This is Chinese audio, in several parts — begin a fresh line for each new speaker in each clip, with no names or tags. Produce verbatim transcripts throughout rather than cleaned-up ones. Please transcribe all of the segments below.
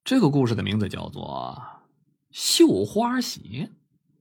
这个故事的名字叫做绣花鞋。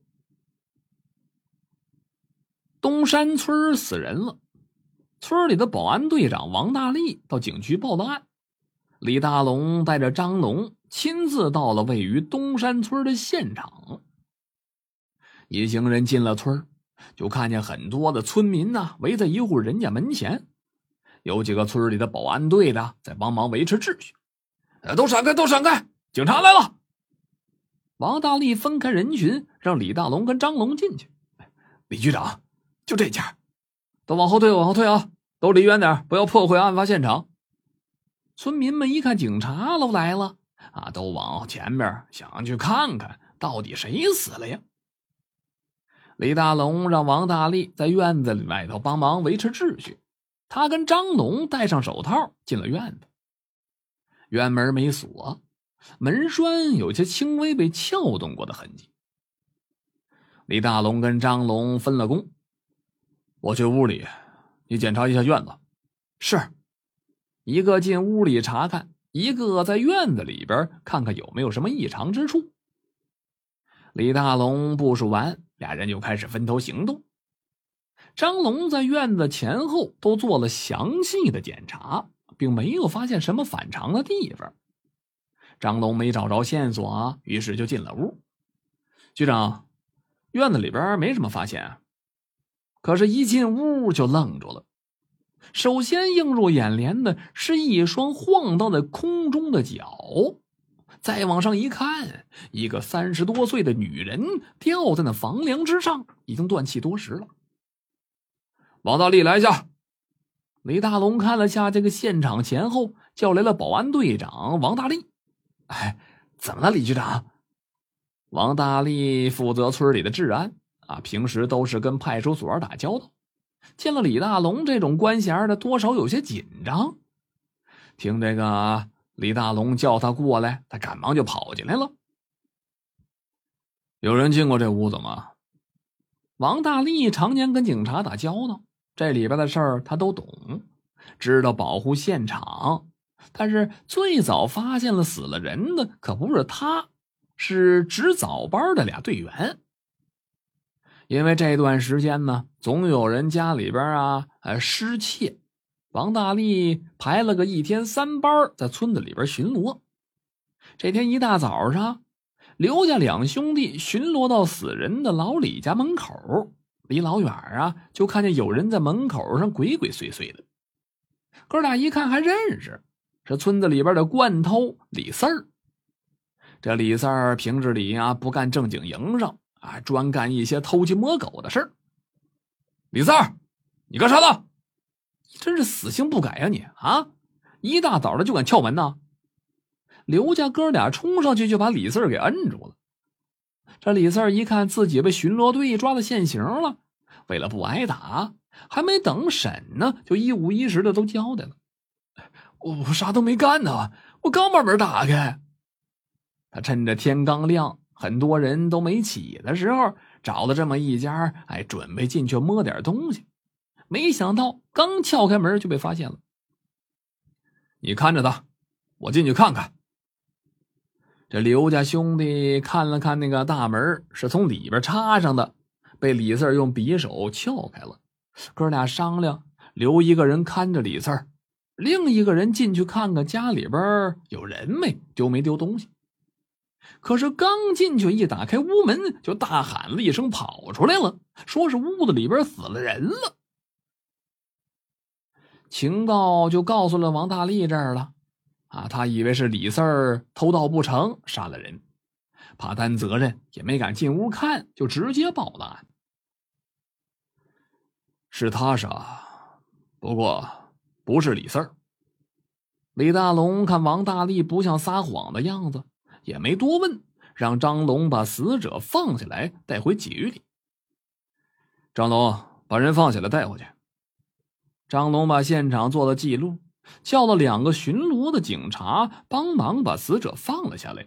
东山村死人了，村里的保安队长王大力到警局报的案。李大龙带着张龙亲自到了位于东山村的现场。一行人进了村，就看见很多的村民呢围在一户人家门前，有几个村里的保安队的在帮忙维持秩序。都闪开，都闪开，警察来了！王大力分开人群，让李大龙跟张龙进去。李局长，就这家，都往后退，往后退啊！都离远点，不要破坏案发现场。村民们一看警察都来了啊，都往前面想去看看到底谁死了呀。李大龙让王大力在院子里外头帮忙维持秩序，他跟张龙戴上手套进了院子。院门没锁，门栓有些轻微被撬动过的痕迹。李大龙跟张龙分了工，我去屋里，你检查一下院子。是。一个进屋里查看，一个在院子里边看看有没有什么异常之处。李大龙部署完，俩人就开始分头行动。张龙在院子前后都做了详细的检查，并没有发现什么反常的地方。张龙没找着线索啊，于是就进了屋。局长，院子里边没什么发现啊。可是一进屋就愣住了。首先映入眼帘的是一双晃荡在空中的脚，再往上一看，一个三十多岁的女人吊在那房梁之上，已经断气多时了。王大力，来一下。李大龙看了下这个现场前后，叫来了保安队长王大力。哎，怎么了，李局长？王大力负责村里的治安啊，平时都是跟派出所打交道，见了李大龙这种官衔的，多少有些紧张。听这个李大龙叫他过来，他赶忙就跑进来了。有人进过这屋子吗？王大力常年跟警察打交道，这里边的事儿他都懂，知道保护现场。但是最早发现了死了人的可不是他，是值早班的俩队员。因为这段时间呢，总有人家里边啊呃失窃，王大力排了个一天三班，在村子里边巡逻。这天一大早上，刘家两兄弟巡逻到死人的老李家门口，离老远啊就看见有人在门口上鬼鬼祟祟的。哥俩一看还认识，是村子里边的惯偷李四儿。这李四儿平日里啊不干正经营生啊，专干一些偷鸡摸狗的事儿。李四儿，你干啥呢？真是死性不改呀、啊、你啊！一大早的就敢撬门呢！刘家哥俩冲上去就把李四儿给摁住了。这李四儿一看自己被巡逻队抓到现行了，为了不挨打，还没等审呢，就一五一十的都交代了。我我啥都没干呢，我刚把门打开。他趁着天刚亮，很多人都没起的时候，找了这么一家，哎，准备进去摸点东西。没想到刚撬开门就被发现了。你看着他，我进去看看。这刘家兄弟看了看那个大门，是从里边插上的，被李四儿用匕首撬开了。哥俩商量，留一个人看着李四儿，另一个人进去看看家里边有人没，丢没丢东西。可是刚进去一打开屋门，就大喊了一声跑出来了，说是屋子里边死了人了。情报就告诉了王大力这儿了啊，他以为是李四儿偷盗不成杀了人，怕担责任也没敢进屋看，就直接报了案。是他杀，不过不是李四儿。李大龙看王大力不像撒谎的样子，也没多问，让张龙把死者放下来带回局里。张龙，把人放下来带回去。张龙把现场做了记录，叫了两个巡逻的警察帮忙把死者放了下来。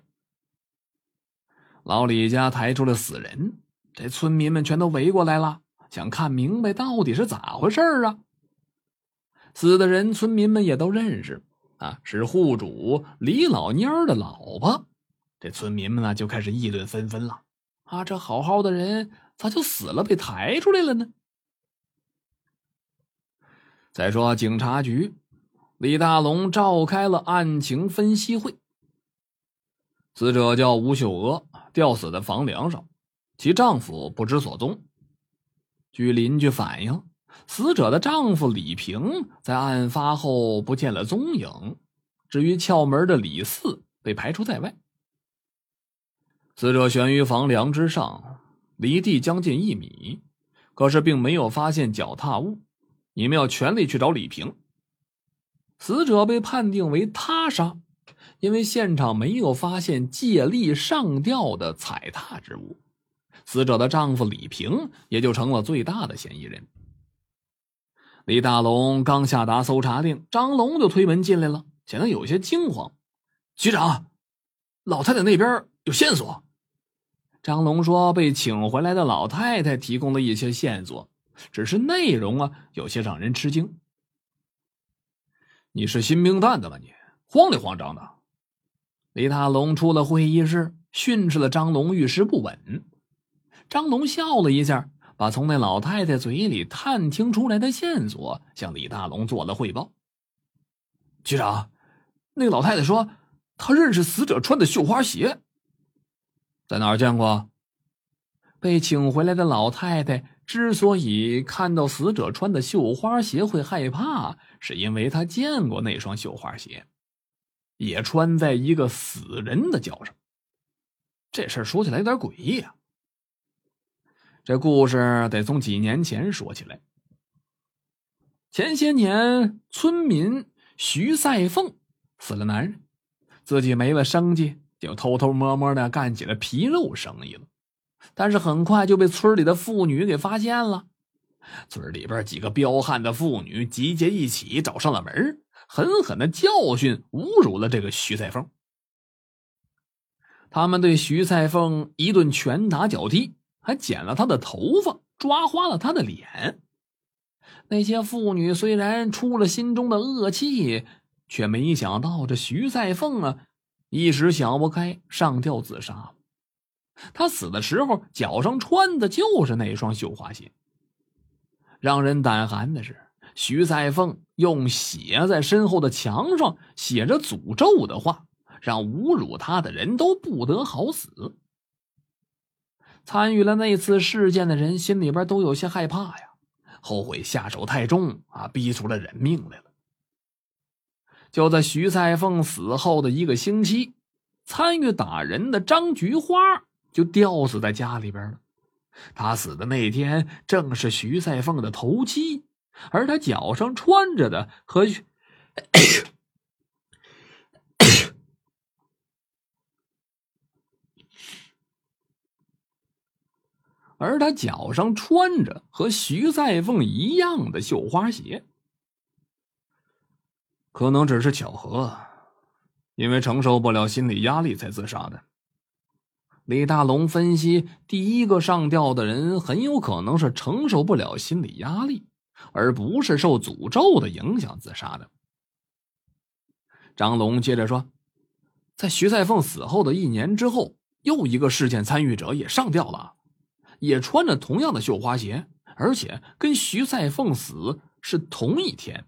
老李家抬出了死人，这村民们全都围过来了，想看明白到底是咋回事啊。死的人村民们也都认识啊，是户主李老蔫儿的老婆。这村民们呢就开始议论纷纷了。啊，这好好的人咋就死了，被抬出来了呢？再说警察局，李大龙召开了案情分析会。死者叫吴秀娥，吊死的房梁上，其丈夫不知所踪。据邻居反映，死者的丈夫李平在案发后不见了踪影，至于撬门的李四被排除在外。死者悬于房梁之上，离地将近一米，可是并没有发现脚踏物，你们要全力去找李平。死者被判定为他杀，因为现场没有发现借力上吊的踩踏之物，死者的丈夫李平也就成了最大的嫌疑人。李大龙刚下达搜查令，张龙就推门进来了，显得有些惊慌。局长，老太太那边有线索。张龙说，被请回来的老太太提供了一些线索，只是内容啊有些让人吃惊。你是新兵蛋的吗？你慌里慌张的。李大龙出了会议室，训斥了张龙遇事不稳。张龙笑了一下，把从那老太太嘴里探听出来的线索向李大龙做了汇报。局长，那个老太太说她认识死者穿的绣花鞋。在哪儿见过？被请回来的老太太之所以看到死者穿的绣花鞋会害怕，是因为她见过那双绣花鞋，也穿在一个死人的脚上。这事儿说起来有点诡异啊。这故事得从几年前说起来。前些年，村民徐赛凤死了男人，自己没了生计，就偷偷摸摸的干起了皮肉生意了。但是很快就被村里的妇女给发现了。村里边几个彪悍的妇女集结一起找上了门，狠狠的教训侮辱了这个徐赛凤。他们对徐赛凤一顿拳打脚踢，还剪了他的头发，抓花了他的脸。那些妇女虽然出了心中的恶气，却没想到这徐赛凤啊一时想不开，上吊自杀了。他死的时候脚上穿的就是那双绣花鞋。让人胆寒的是，徐赛凤用血在身后的墙上写着诅咒的话，让侮辱他的人都不得好死。参与了那次事件的人心里边都有些害怕呀，后悔下手太重啊，逼出了人命来了。就在徐赛凤死后的一个星期，参与打人的张菊花就吊死在家里边了。他死的那天正是徐赛凤的头七，而他脚上穿着的和而他脚上穿着和徐赛凤一样的绣花鞋。可能只是巧合，因为承受不了心理压力才自杀的。李大龙分析，第一个上吊的人很有可能是承受不了心理压力，而不是受诅咒的影响自杀的。张龙接着说，在徐赛凤死后的一年之后，又一个事件参与者也上吊了，也穿着同样的绣花鞋，而且跟徐赛凤死是同一天。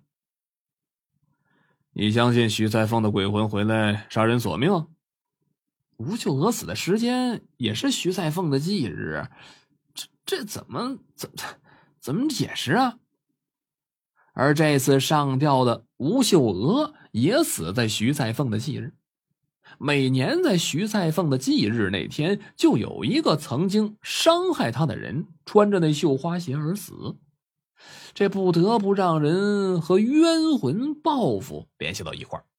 你相信徐赛凤的鬼魂回来杀人索命？吴秀娥死的时间也是徐赛凤的忌日，这这怎么怎怎么解释啊？而这次上吊的吴秀娥也死在徐赛凤的忌日。每年在徐赛凤的忌日那天，就有一个曾经伤害他的人穿着那绣花鞋而死，这不得不让人和冤魂报复联系到一块儿。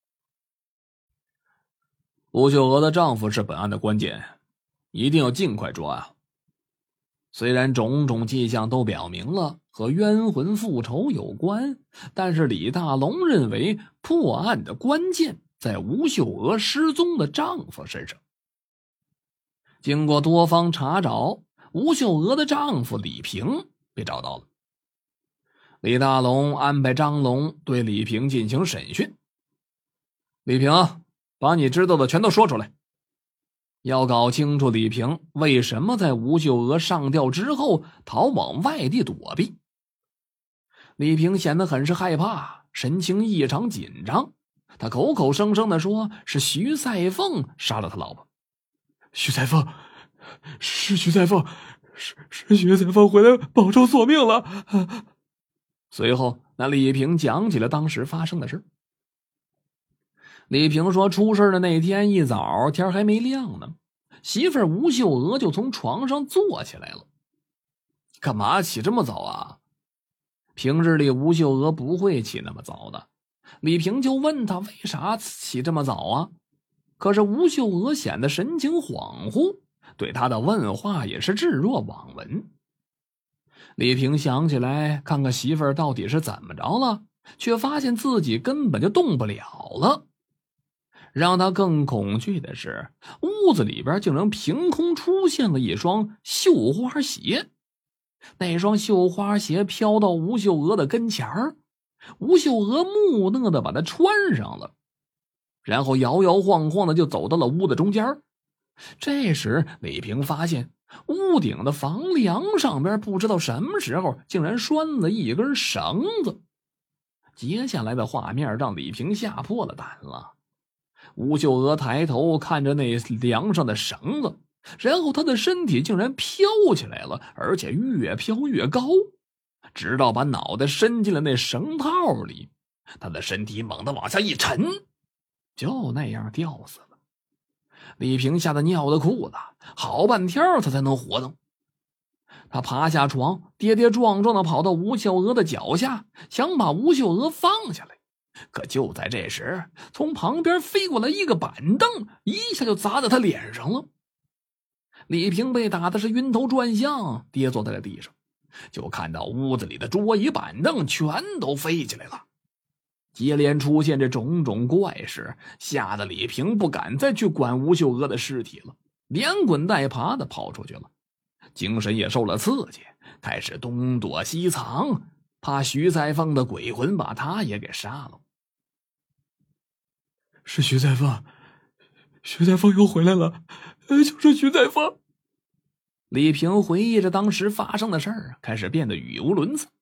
吴秀娥的丈夫是本案的关键，一定要尽快抓啊！虽然种种迹象都表明了和冤魂复仇有关，但是李大龙认为破案的关键在吴秀娥失踪的丈夫身上。经过多方查找，吴秀娥的丈夫李平被找到了。李大龙安排张龙对李平进行审讯。 李平，把你知道的全都说出来。要搞清楚李平为什么在吴秀娥上吊之后逃往外地躲避。李平显得很是害怕，神情异常紧张。他口口声声地说是徐赛凤杀了他老婆。
徐赛凤，是徐赛凤，是是徐赛凤回来报仇索命了。
随后那李平讲起了当时发生的事。李平说，出事的那天一早天还没亮呢，媳妇儿吴秀娥就从床上坐起来了。干嘛起这么早啊？平日里吴秀娥不会起那么早的。李平就问他为啥起这么早啊？可是吴秀娥显得神情恍惚，对他的问话也是置若罔闻。李平想起来看看媳妇儿到底是怎么着了，却发现自己根本就动不了了。让他更恐惧的是，屋子里边竟然凭空出现了一双绣花鞋。那双绣花鞋飘到吴秀娥的跟前儿，吴秀娥木讷的把它穿上了，然后摇摇晃晃的就走到了屋子中间。这时李平发现屋顶的房梁上边不知道什么时候竟然拴了一根绳子。接下来的画面让李平吓破了胆了。吴秀娥抬头看着那梁上的绳子，然后她的身体竟然飘起来了，而且越飘越高，直到把脑袋伸进了那绳套里。她的身体猛地往下一沉，就那样吊死了。李平吓得尿了裤子，好半天他才能活动。他爬下床，跌跌撞撞的跑到吴秀娥的脚下，想把吴秀娥放下来。可就在这时，从旁边飞过来一个板凳，一下就砸在他脸上了。李平被打的是晕头转向，跌坐在了地上，就看到屋子里的桌椅板凳全都飞起来了。接连出现这种种怪事，吓得李平不敢再去管吴秀娥的尸体了，连滚带爬的跑出去了。精神也受了刺激，开始东躲西藏，怕徐赛凤的鬼魂把他也给杀了。
是徐赛凤，徐赛凤又回来了，就是徐赛凤。
李平回忆着当时发生的事儿，开始变得语无伦次。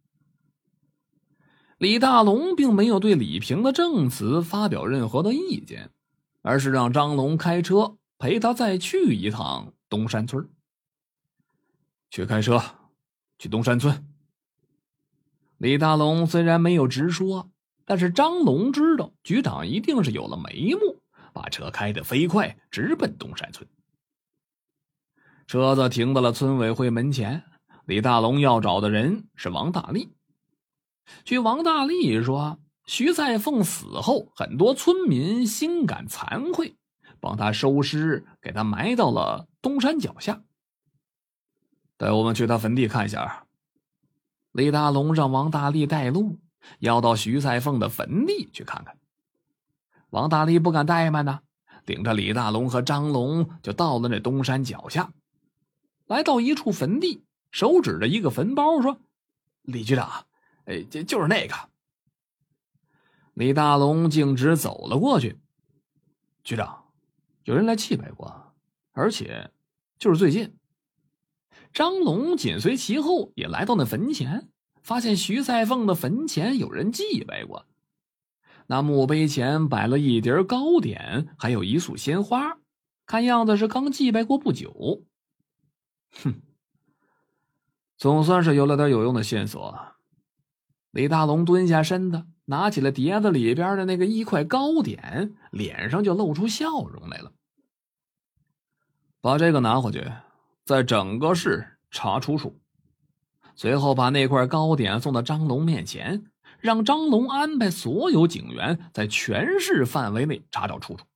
李大龙并没有对李平的证词发表任何的意见，而是让张龙开车陪他再去一趟东山村。
去开车，去东山村。
李大龙虽然没有直说，但是张龙知道局长一定是有了眉目，把车开得飞快，直奔东山村。车子停到了村委会门前，李大龙要找的人是王大力。据王大力说，徐赛凤死后，很多村民心感惭愧，帮他收尸，给他埋到了东山脚下。带我们去他坟地看一下。李大龙让王大力带路，要到徐赛凤的坟地去看看。王大力不敢怠慢呢，领着李大龙和张龙就到了那东山脚下。来到一处坟地，手指着一个坟包说：“李局长，哎，这就是那个。”李大龙径直走了过去。局长，有人来祭拜过，而且就是最近。张龙紧随其后，也来到那坟前，发现徐赛凤的坟前有人祭拜过。那墓碑前摆了一碟糕点，还有一束鲜花，看样子是刚祭拜过不久。哼，总算是有了点有用的线索。李大龙蹲下身子，拿起了碟子里边的那个一块糕点，脸上就露出笑容来了。把这个拿回去，在整个市查出处。随后把那块糕点送到张龙面前，让张龙安排所有警员在全市范围内查找出处。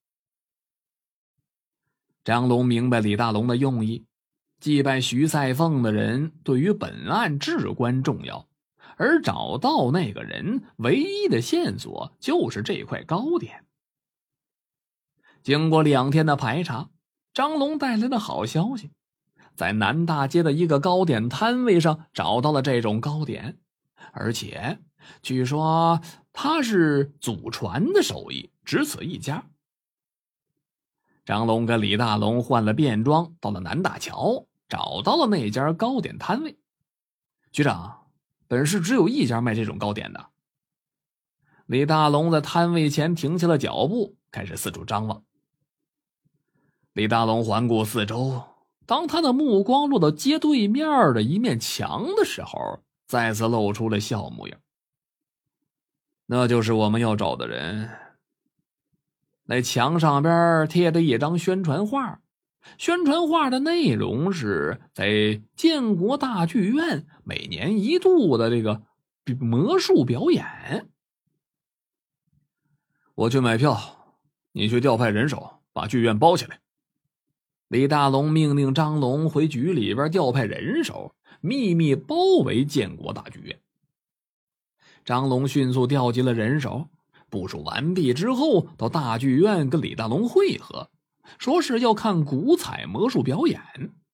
张龙明白李大龙的用意，祭拜徐赛凤的人对于本案至关重要，而找到那个人唯一的线索就是这块糕点。经过两天的排查，张龙带来了好消息，在南大街的一个糕点摊位上找到了这种糕点，而且据说他是祖传的手艺， 只此一家。张龙跟李大龙换了便装，到了南大桥，找到了那家糕点摊位。局长，本市只有一家卖这种糕点的。李大龙在摊位前停下了脚步，开始四处张望。李大龙环顾四周，当他的目光落到街对面的一面墙的时候，再次露出了笑模样。那就是我们要找的人。那墙上边贴着一张宣传画，宣传画的内容是在建国大剧院每年一度的这个魔术表演。我去买票，你去调派人手把剧院包起来。李大龙命令张龙回局里边调派人手，秘密包围建国大剧院。张龙迅速调集了人手，部署完毕之后，到大剧院跟李大龙会合，说是要看古彩魔术表演。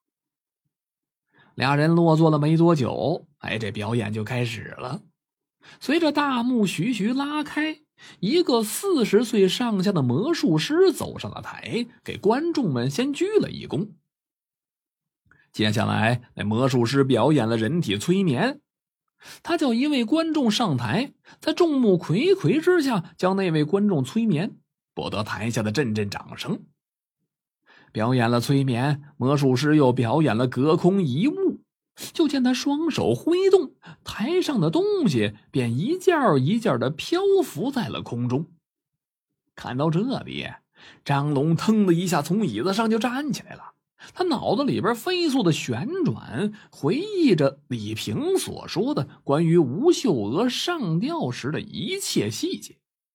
俩人落座了没多久，哎，这表演就开始了。随着大幕徐徐拉开，一个四十岁上下的魔术师走上了台，给观众们先鞠了一躬。接下来，那魔术师表演了人体催眠。他叫一位观众上台，在众目睽睽之下将那位观众催眠，博得台下的阵阵掌声。表演了催眠，魔术师又表演了隔空移物。就见他双手挥动，台上的东西便一件一件的漂浮在了空中。看到这里，张龙腾的一下从椅子上就站起来了，他脑子里边飞速的旋转，回忆着李平所说的关于吴秀娥上吊时的一切细节。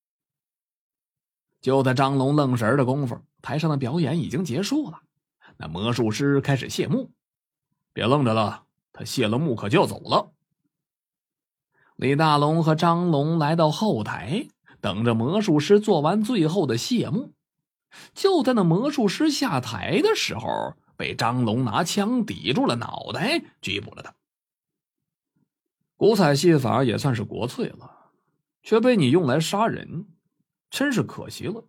就在张龙愣神的功夫，台上的表演已经结束了，那魔术师开始谢幕。别愣着了，他谢了幕可就要走了。李大龙和张龙来到后台，等着魔术师做完最后的谢幕。就在那魔术师下台的时候，被张龙拿枪抵住了脑袋，拘捕了他。古彩戏法也算是国粹了，却被你用来杀人，真是可惜了。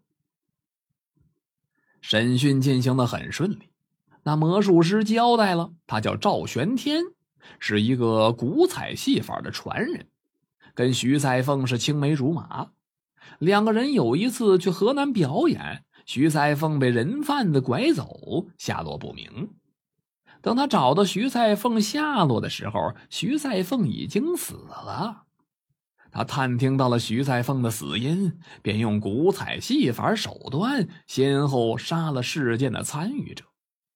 审讯进行得很顺利，那魔术师交代了，他叫赵玄天，是一个古彩戏法的传人，跟徐彩凤是青梅竹马。两个人有一次去河南表演，徐彩凤被人贩子拐走，下落不明。等他找到徐彩凤下落的时候，徐彩凤已经死了。他探听到了徐彩凤的死因，便用古彩戏法手段先后杀了事件的参与者。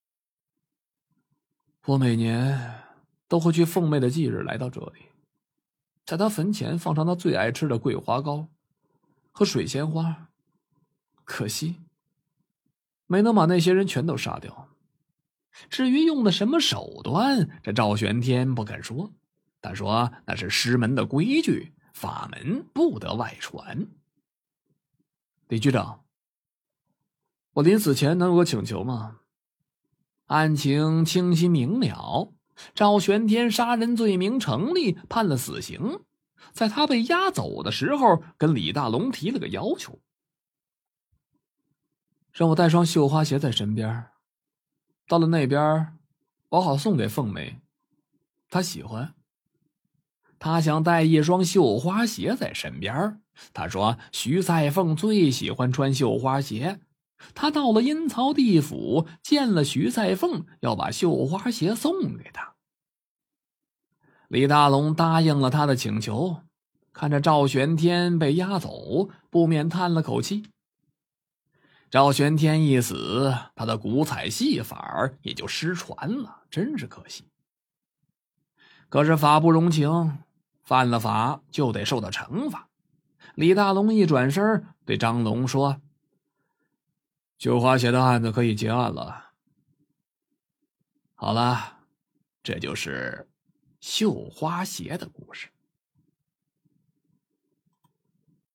我每年都会去凤妹的忌日来到这里，在她坟前放上她最爱吃的桂花糕和水仙花，可惜没能把那些人全都杀掉。至于用的什么手段，这赵玄天不肯说，他说那是师门的规矩，法门不得外传。李局长，我临死前能有个请求吗？案情清晰明了，赵玄天杀人罪名成立，判了死刑。在他被押走的时候，跟李大龙提了个要求，让我带双绣花鞋在身边，到了那边我好送给凤梅，她喜欢。他想带一双绣花鞋在身边，他说徐彩凤最喜欢穿绣花鞋。他到了阴曹地府，见了徐彩凤，要把绣花鞋送给他。李大龙答应了他的请求，看着赵玄天被押走，不免叹了口气。赵玄天一死，他的古彩戏法也就失传了，真是可惜。可是法不容情，犯了法就得受到惩罚。李大龙一转身对张龙说，绣花鞋的案子可以结案了。好了，这就是绣花鞋的故事。